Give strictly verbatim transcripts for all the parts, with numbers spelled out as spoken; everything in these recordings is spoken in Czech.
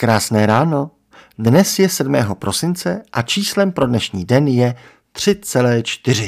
Krásné ráno. Dnes je sedmého prosince a číslem pro dnešní den je tři celé čtyři.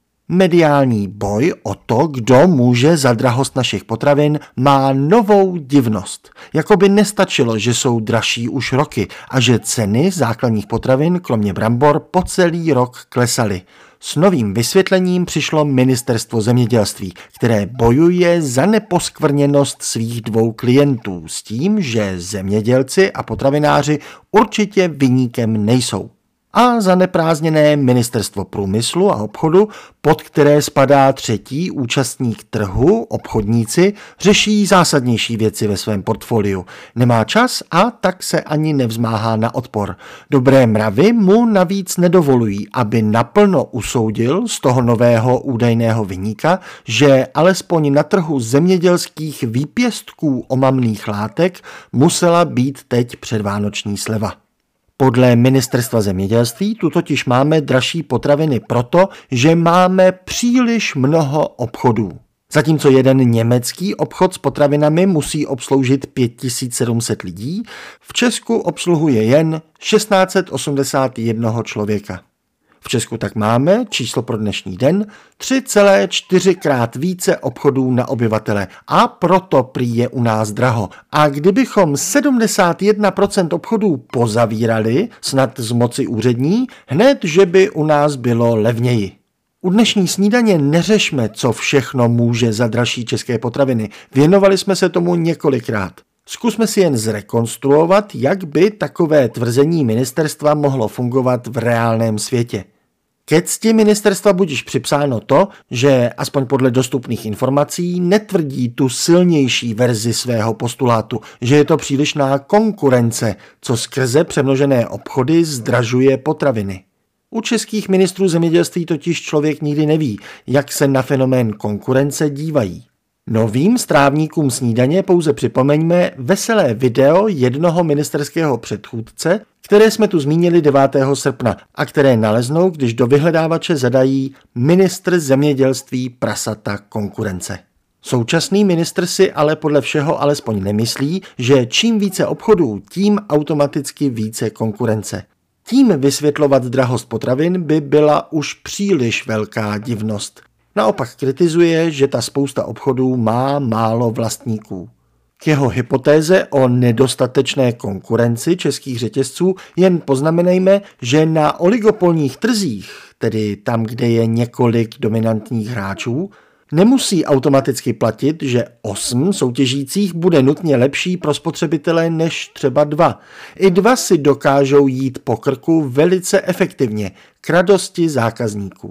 Mediální boj o to, kdo může za drahost našich potravin, má novou divnost. Jakoby nestačilo, že jsou dražší už roky a že ceny základních potravin, kromě brambor, po celý rok klesaly. S novým vysvětlením přišlo Ministerstvo zemědělství, které bojuje za neposkvrněnost svých dvou klientů s tím, že zemědělci a potravináři určitě viníkem nejsou. A za neprázdněné Ministerstvo průmyslu a obchodu, pod které spadá třetí účastník trhu, obchodníci, řeší zásadnější věci ve svém portfoliu. Nemá čas a tak se ani nevzmáhá na odpor. Dobré mravy mu navíc nedovolují, aby naplno usoudil z toho nového údajného viníka, že alespoň na trhu zemědělských výpěstků omamných látek musela být teď předvánoční sleva. Podle Ministerstva zemědělství tu totiž máme dražší potraviny proto, že máme příliš mnoho obchodů. Zatímco jeden německý obchod s potravinami musí obsloužit pět tisíc sedm set lidí, v Česku obsluhuje jen tisíc šest set osmdesát jedna člověka. V Česku tak máme, číslo pro dnešní den, tři celé čtyři krát více obchodů na obyvatele a proto prý je u nás draho. A kdybychom sedmdesát jedna procent obchodů pozavírali, snad z moci úřední, hned, že by u nás bylo levněji. U dnešní snídaně neřešme, co všechno může za dražší české potraviny. Věnovali jsme se tomu několikrát. Zkusme si jen zrekonstruovat, jak by takové tvrzení ministerstva mohlo fungovat v reálném světě. Ke cti ministerstva budiž připsáno to, že aspoň podle dostupných informací netvrdí tu silnější verzi svého postulátu, že je to přílišná konkurence, co skrze přemnožené obchody zdražuje potraviny. U českých ministrů zemědělství totiž člověk nikdy neví, jak se na fenomén konkurence dívají. Novým strávníkům snídaně pouze připomeňme veselé video jednoho ministerského předchůdce, které jsme tu zmínili devátého srpna a které naleznou, když do vyhledávače zadají ministr zemědělství prasata konkurence. Současný ministr si ale podle všeho alespoň nemyslí, že čím více obchodů, tím automaticky více konkurence. Tím vysvětlovat drahost potravin by byla už příliš velká divnost. Naopak kritizuje, že ta spousta obchodů má málo vlastníků. K jeho hypotéze o nedostatečné konkurenci českých řetězců jen poznamenejme, že na oligopolních trzích, tedy tam, kde je několik dominantních hráčů, nemusí automaticky platit, že osm soutěžících bude nutně lepší pro spotřebitele než třeba dva. I dva si dokážou jít po krku velice efektivně, k radosti zákazníků.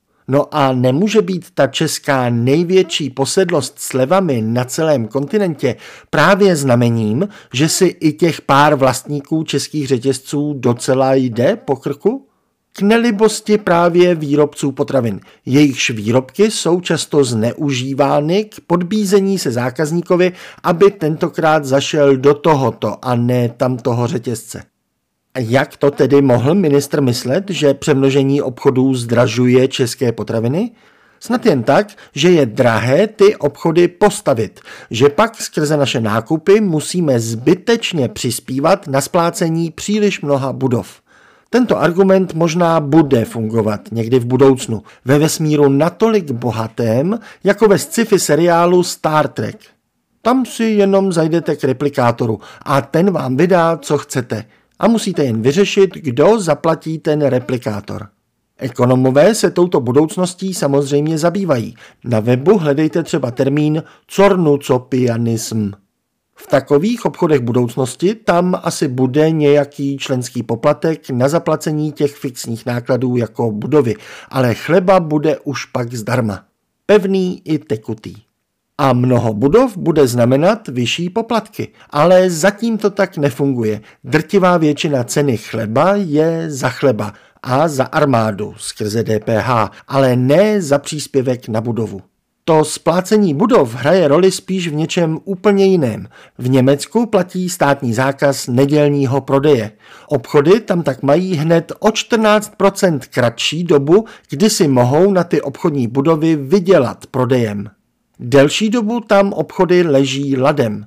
No a nemůže být ta česká největší posedlost slevami na celém kontinentě právě znamením, že si i těch pár vlastníků českých řetězců docela jde po krku? K nelibosti právě výrobců potravin. Jejichž výrobky jsou často zneužívány k podbízení se zákazníkovi, aby tentokrát zašel do tohoto a ne tamtoho řetězce. A jak to tedy mohl ministr myslet, že přemnožení obchodů zdražuje české potraviny? Snad jen tak, že je drahé ty obchody postavit, že pak skrze naše nákupy musíme zbytečně přispívat na splácení příliš mnoha budov. Tento argument možná bude fungovat někdy v budoucnu, ve vesmíru natolik bohatém, jako ve sci-fi seriálu Star Trek. Tam si jenom zajdete k replikátoru a ten vám vydá, co chcete. A musíte jen vyřešit, kdo zaplatí ten replikátor. Ekonomové se touto budoucností samozřejmě zabývají. Na webu hledejte třeba termín cornucopianism. V takových obchodech budoucnosti tam asi bude nějaký členský poplatek na zaplacení těch fixních nákladů jako budovy, ale chleba bude už pak zdarma. Pevný i tekutý. A mnoho budov bude znamenat vyšší poplatky, ale zatím to tak nefunguje. Drtivá většina ceny chleba je za chleba a za armádu skrze D P H, ale ne za příspěvek na budovu. To splácení budov hraje roli spíš v něčem úplně jiném. V Německu platí státní zákaz nedělního prodeje. Obchody tam tak mají hned o čtrnáct procent kratší dobu, kdy si mohou na ty obchodní budovy vydělat prodejem. Delší dobu tam obchody leží ladem.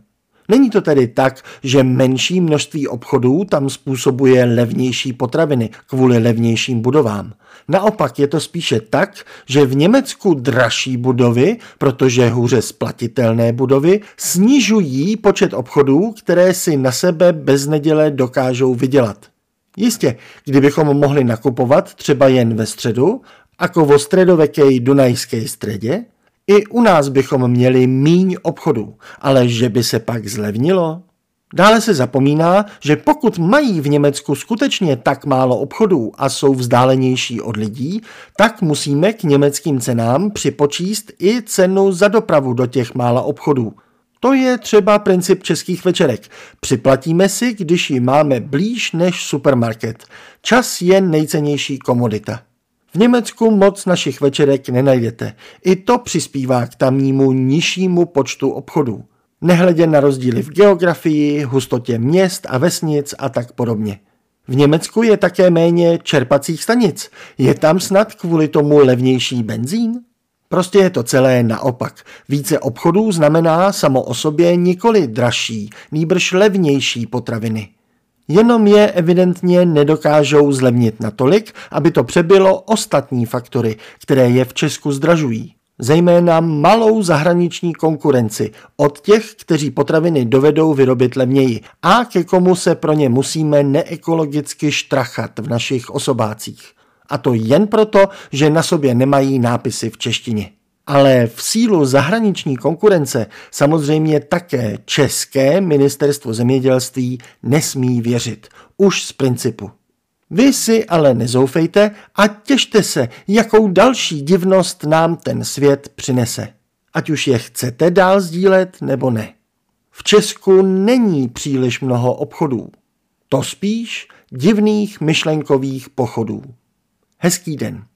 Není to tedy tak, že menší množství obchodů tam způsobuje levnější potraviny kvůli levnějším budovám. Naopak je to spíše tak, že v Německu dražší budovy, protože hůře splatitelné budovy, snižují počet obchodů, které si na sebe bez neděle dokážou vydělat. Jistě, kdybychom mohli nakupovat třeba jen ve středu, jako vo středovekej Dunajské středě, i u nás bychom měli míň obchodů, ale že by se pak zlevnilo? Dále se zapomíná, že pokud mají v Německu skutečně tak málo obchodů a jsou vzdálenější od lidí, tak musíme k německým cenám připočíst i cenu za dopravu do těch mála obchodů. To je třeba princip českých večerek. Připlatíme si, když ji máme blíž než supermarket. Čas je nejcennější komodita. V Německu moc našich večerek nenajdete. I to přispívá k tamnímu nižšímu počtu obchodů. Nehledě na rozdíly v geografii, hustotě měst a vesnic a tak podobně. V Německu je také méně čerpacích stanic. Je tam snad kvůli tomu levnější benzín? Prostě je to celé naopak. Více obchodů znamená samo o sobě nikoli dražší, nýbrž levnější potraviny. Jenom je evidentně nedokážou zlevnit natolik, aby to přebylo ostatní faktory, které je v Česku zdražují. Zejména malou zahraniční konkurenci od těch, kteří potraviny dovedou vyrobit levněji a ke komu se pro ně musíme neekologicky štrachat v našich osobácích. A to jen proto, že na sobě nemají nápisy v češtině. Ale v sílu zahraniční konkurence samozřejmě také české ministerstvo zemědělství nesmí věřit. Už z principu. Vy si ale nezoufejte a těšte se, jakou další divnost nám ten svět přinese. Ať už je chcete dál sdílet nebo ne. V Česku není příliš mnoho obchodů. To spíš divných myšlenkových pochodů. Hezký den.